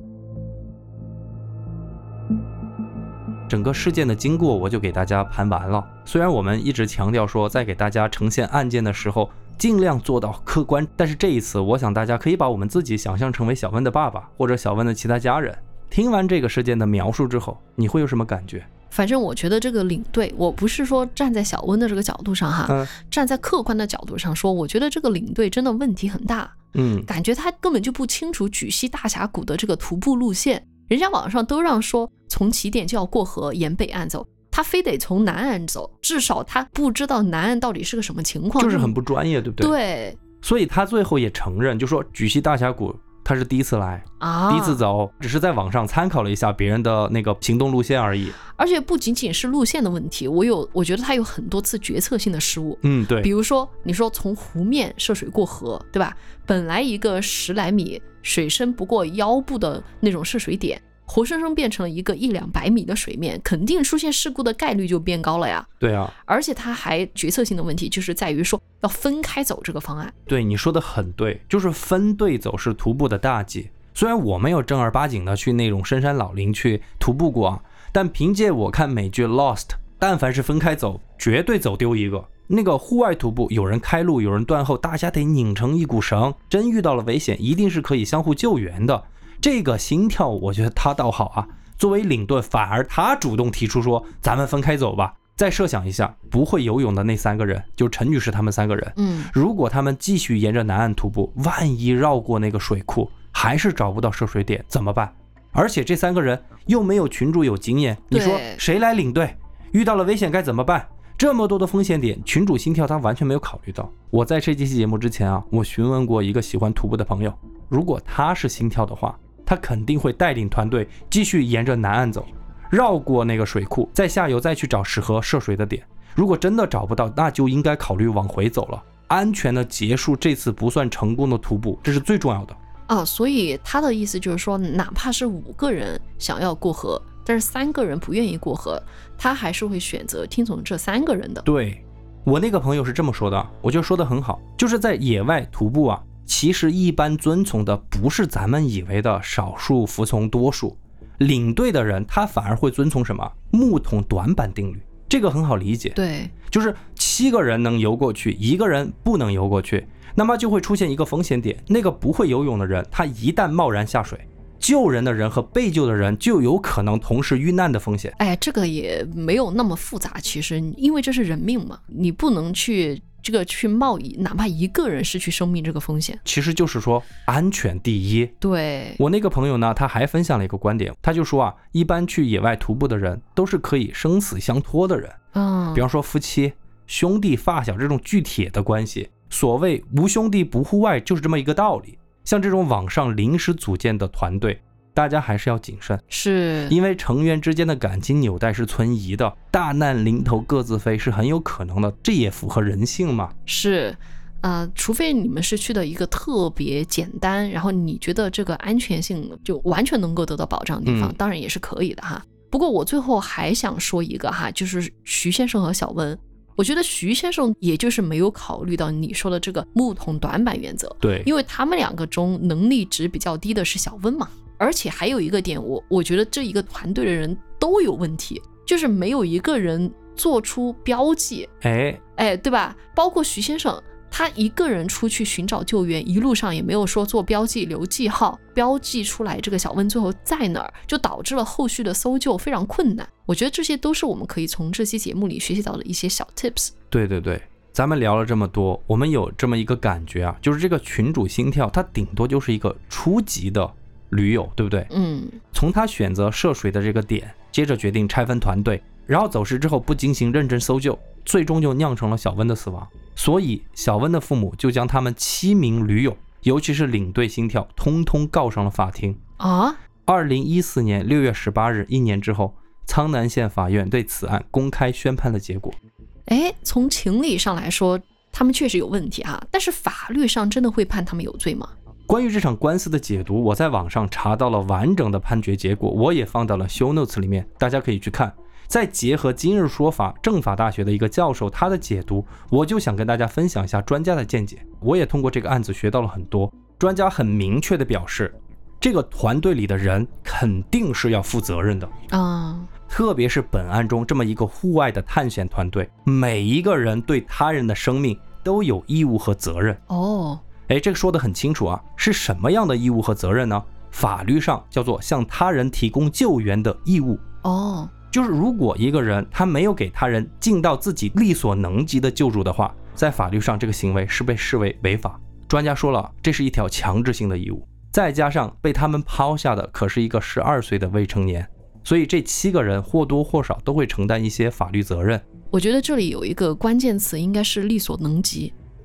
整个事件的经过我就给大家盘完了。虽然我们一直强调说在给大家呈现案件的时候尽量做到客观，但是这一次我想大家可以把我们自己想象成为小温的爸爸或者小温的其他家人。听完这个事件的描述之后，你会有什么感觉？ 反正我觉得这个领队，我不是说站在小温的这个角度上站在客观的角度上说，我觉得这个领队真的问题很大。感觉他根本就不清楚举溪大峡谷的这个徒步路线，人家网上都让说从起点就要过河沿北岸走，他非得从南岸走，至少他不知道南岸到底是个什么情况， 就是很不专业，对不对？ 对， 所以他最后也承认，就说举溪大峡谷他是第一次来啊， 第一次走，只是在网上参考了一下别人的那个行动路线而已。 而且不仅仅是路线的问题，我觉得他有很多次决策性的失误。 对， 比如说你说从湖面涉水过河，对吧？本来一个10来米水深不过腰部的那种涉水点，活生生变成了一个100-200米的水面，肯定出现事故的概率就变高了呀。 对啊， 而且它还决策性的问题就是在于说要分开走这个方案。 对，你说的很对，就是分队走是徒步的大忌。虽然我没有正儿八经的去那种深山老林去徒步过啊，但凭借我看美剧 Lost， 但凡是分开走绝对走丢一个。那个户外徒步有人开路有人断后，大家得拧成一股绳，真遇到了危险一定是可以相互救援的。这个心跳我觉得他倒好啊，作为领队反而他主动提出说咱们分开走吧。再设想一下不会游泳的那3个人，就陈女士他们3个人，如果他们继续沿着南岸徒步，万一绕过那个水库还是找不到涉水点怎么办？而且这3个人又没有群主有经验，你说谁来领队？遇到了危险该怎么办？这么多的风险点，群主心跳他完全没有考虑到。我在这期节目之前啊，我询问过一个喜欢徒步的朋友，如果他是心跳的话，他肯定会带领团队继续沿着南岸走，绕过那个水库，在下游再去找适合涉水的点。如果真的找不到，那就应该考虑往回走了，安全的结束这次不算成功的徒步，这是最重要的。 所以他的意思就是说，哪怕是5个人想要过河，但是3个人不愿意过河，他还是会选择听从这3个人的。 对，我那个朋友是这么说的，我就说的很好，就是在野外徒步啊，其实一般遵从的不是咱们以为的少数服从多数，领队的人他反而会遵从什么？木桶短板定律。这个很好理解， 对， 就是7个人能游过去，1个人不能游过去，那么就会出现一个风险点，那个不会游泳的人他一旦贸然下水，救人的人和被救的人就有可能同时遇难的风险。 这个也没有那么复杂，其实因为这是人命嘛，你不能去冒哪怕1个人失去生命这个风险。 其实就是说安全第一。 对， 我那个朋友呢，他还分享了一个观点，他就说啊，一般去野外徒步的人都是可以生死相托的人，比方说夫妻、兄弟、发小这种具铁的关系。所谓无兄弟不户外，就是这么一个道理。像这种网上临时组建的团队，大家还是要谨慎， 是因为成员之间的感情纽带是存疑的，大难临头各自飞是很有可能的，这也符合人性嘛。 是除非你们是去的一个特别简单，然后你觉得这个安全性就完全能够得到保障的地方，当然也是可以的哈。不过我最后还想说一个哈，就是徐先生和小温，我觉得徐先生也就是没有考虑到你说的这个木桶短板原则。 对， 因为他们2个中能力值比较低的是小温嘛。而且还有一个点，我觉得这一个团队的人都有问题，就是没有一个人做出标记。对吧？包括徐先生，他一个人出去寻找救援，一路上也没有说做标记留记号，标记出来这个小温最后在哪儿，就导致了后续的搜救非常困难。我觉得这些都是我们可以从这期节目里学习到的一些小 tips。 对对对，咱们聊了这么多，我们有这么一个感觉啊，就是这个群主心跳他顶多就是一个初级的驴友，对不对？从他选择涉水的这个点，接着决定拆分团队，然后走失之后不进行认真搜救，最终就酿成了小温的死亡。所以小温的父母就将他们7名驴友，尤其是领队心跳，通通告上了法庭。2014年6月18日，1年之后，苍南县法院对此案公开宣判了结果。 从情理上来说，他们确实有问题哈，但是法律上真的会判他们有罪吗？ 关于这场官司的解读，我在网上查到了完整的判决结果，我也放到了 show notes 里面，大家可以去看。再结合今日说法政法大学的一个教授他的解读，我就想跟大家分享一下专家的见解。我也通过这个案子学到了很多。专家很明确的表示，这个团队里的人肯定是要负责任的特别是本案中这么一个户外的探险团队，每一个人对他人的生命都有义务和责任。这个说得很清楚啊，是什么样的义务和责任呢？法律上叫做向他人提供救援的义务。就是如果一个人他没有给他人尽到自己力所能及的救助的话，在法律上这个行为是被视为违法。专家说了，这是一条强制性的义务，再加上被他们抛下的可是一个12岁的未成年，所以这7个人或多或少都会承担一些法律责任。 我觉得这里有一个关键词应该是力所能及。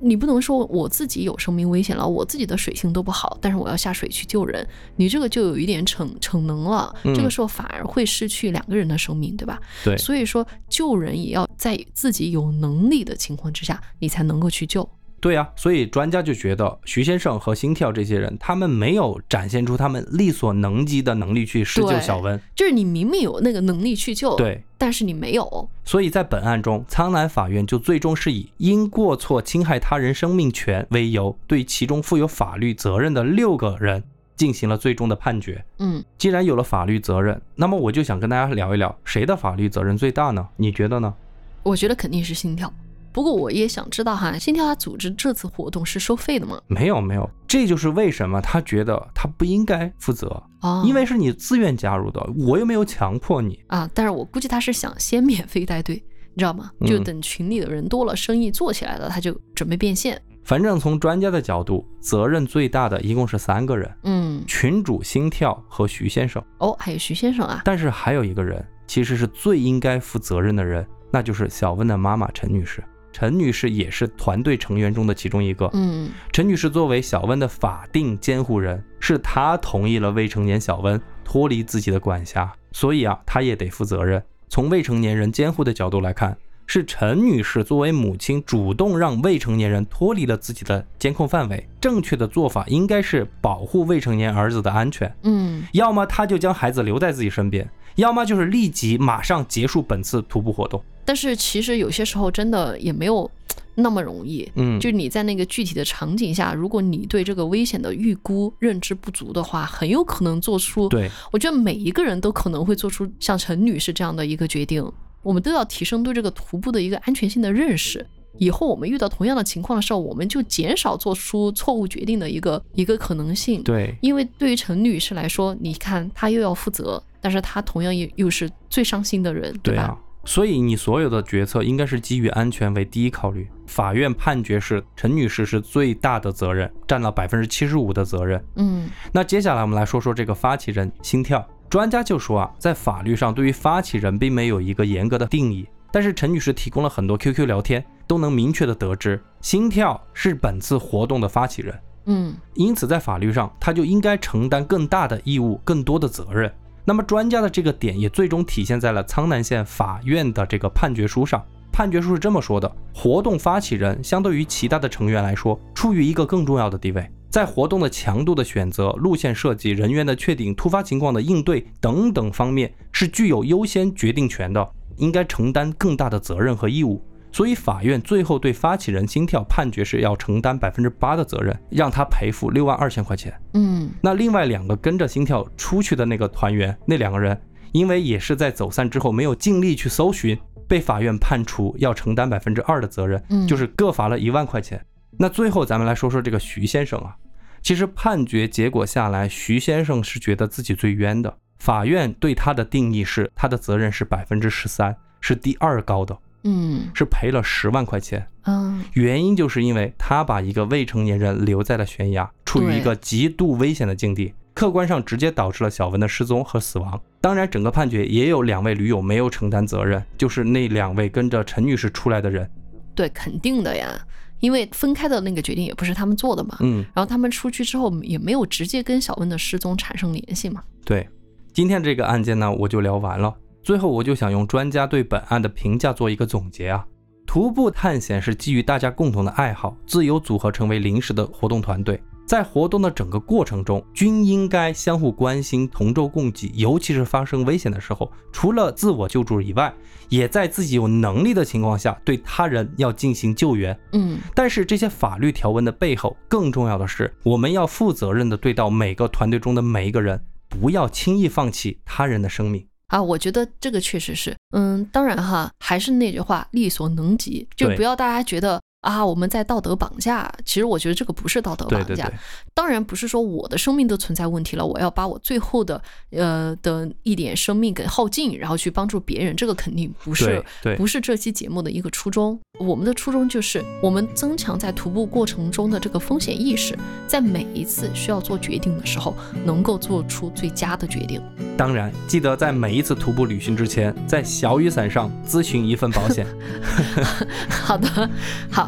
你不能说我自己有生命危险了，我自己的水性都不好，但是我要下水去救人，你这个就有一点逞能了，这个时候反而会失去2个人的生命，对吧？ 对， 所以说救人也要在自己有能力的情况之下，你才能够去救。 对啊，所以专家就觉得徐先生和心跳这些人，他们没有展现出他们力所能及的能力去施救小温， 就是你明明有那个能力去救， 对， 但是你没有。 所以在本案中，苍南法院就最终是以因过错侵害他人生命权为由，对其中负有法律责任的6个人进行了最终的判决。既然有了法律责任，那么我就想跟大家聊一聊，谁的法律责任最大呢？你觉得呢？ 我觉得肯定是心跳。不过我也想知道哈，心跳他组织这次活动是收费的吗？ 没有，这就是为什么他觉得他不应该负责，因为是你自愿加入的，我又没有强迫你啊。但是我估计他是想先免费带队，你知道吗？就等群里的人多了，生意做起来了，他就准备变现。 反正从专家的角度，责任最大的一共是3个人，群主心跳和徐先生。 还有徐先生啊。 但是还有一个人其实是最应该负责任的人，那就是小温的妈妈陈女士。陈女士也是团队成员中的其中一个。陈女士作为小温的法定监护人，是她同意了未成年小温脱离自己的管辖，所以她也得负责任。从未成年人监护的角度来看，是陈女士作为母亲主动让未成年人脱离了自己的监控范围，正确的做法应该是保护未成年儿子的安全。要么她就将孩子留在自己身边，要么就是立即马上结束本次徒步活动。 但是其实有些时候真的也没有那么容易，就你在那个具体的场景下，如果你对这个危险的预估认知不足的话，很有可能做出， 对， 我觉得每一个人都可能会做出像陈女士这样的一个决定。我们都要提升对这个徒步的一个安全性的认识，以后我们遇到同样的情况的时候，我们就减少做出错误决定的一个可能性。 对， 因为对于陈女士来说，你看她又要负责，但是她同样又是最伤心的人，对吧？ 对啊，所以你所有的决策应该是基于安全为第一考虑。法院判决是陈女士是最大的责任，占了75%的责任。那接下来我们来说说这个发起人心跳。专家就说在法律上对于发起人并没有一个严格的定义，但是陈女士提供了很多 QQ 聊天，都能明确的得知心跳是本次活动的发起人。因此在法律上他就应该承担更大的义务，更多的责任。那么专家的这个点也最终体现在了苍南县法院的这个判决书上。判决书是这么说的：活动发起人相对于其他的成员来说，处于一个更重要的地位，在活动的强度的选择、路线设计、人员的确定、突发情况的应对等等方面是具有优先决定权的，应该承担更大的责任和义务。所以法院最后对发起人心跳判决是要承担8%的责任，让他赔付62000块钱。那另外2个跟着心跳出去的那个团员，那2个人因为也是在走散之后没有尽力去搜寻，被法院判处要承担2%的责任，就是各罚了1万块钱。那最后咱们来说说这个徐先生啊，其实判决结果下来，徐先生是觉得自己最冤的，法院对他的定义是他的责任是13%，是第2高的。是赔了10万块钱。原因就是因为他把一个未成年人留在了悬崖，处于一个极度危险的境地，客观上直接导致了小文的失踪和死亡。当然整个判决也有2位驴友没有承担责任，就是那2位跟着陈女士出来的人。 对，肯定的呀，因为分开的那个决定也不是他们做的嘛。然后他们出去之后也没有直接跟小文的失踪产生联系嘛。 对，今天这个案件呢我就聊完了。最后我就想用专家对本案的评价做一个总结啊。徒步探险是基于大家共同的爱好，自由组合成为临时的活动团队，在活动的整个过程中均应该相互关心，同舟共济，尤其是发生危险的时候，除了自我救助以外，也在自己有能力的情况下对他人要进行救援。但是这些法律条文的背后，更重要的是我们要负责任的对到每个团队中的每一个人，不要轻易放弃他人的生命啊。我觉得这个确实是，当然哈，还是那句话，力所能及，就不要大家觉得我们在道德绑架，其实我觉得这个不是道德绑架。 对， 当然不是说我的生命都存在问题了，我要把我最后的一点生命给耗尽，然后去帮助别人，这个肯定不是这期节目的一个初衷。我们的初衷就是我们增强在徒步过程中的这个风险意识，在每一次需要做决定的时候能够做出最佳的决定。 当然记得在每一次徒步旅行之前，在小雨伞上咨询一份保险。 好的，好，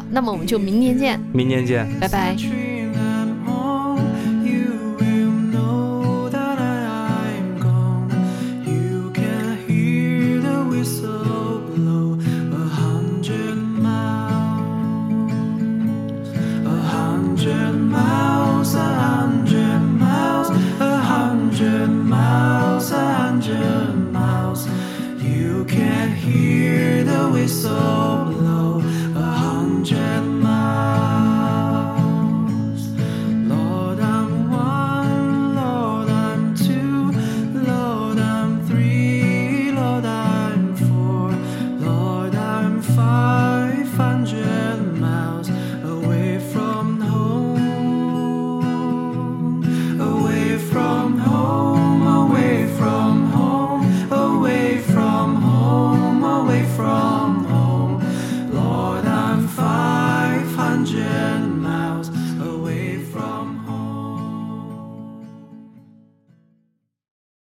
那么我们就明年见。 明年见， 拜拜。 You can't hear the whistle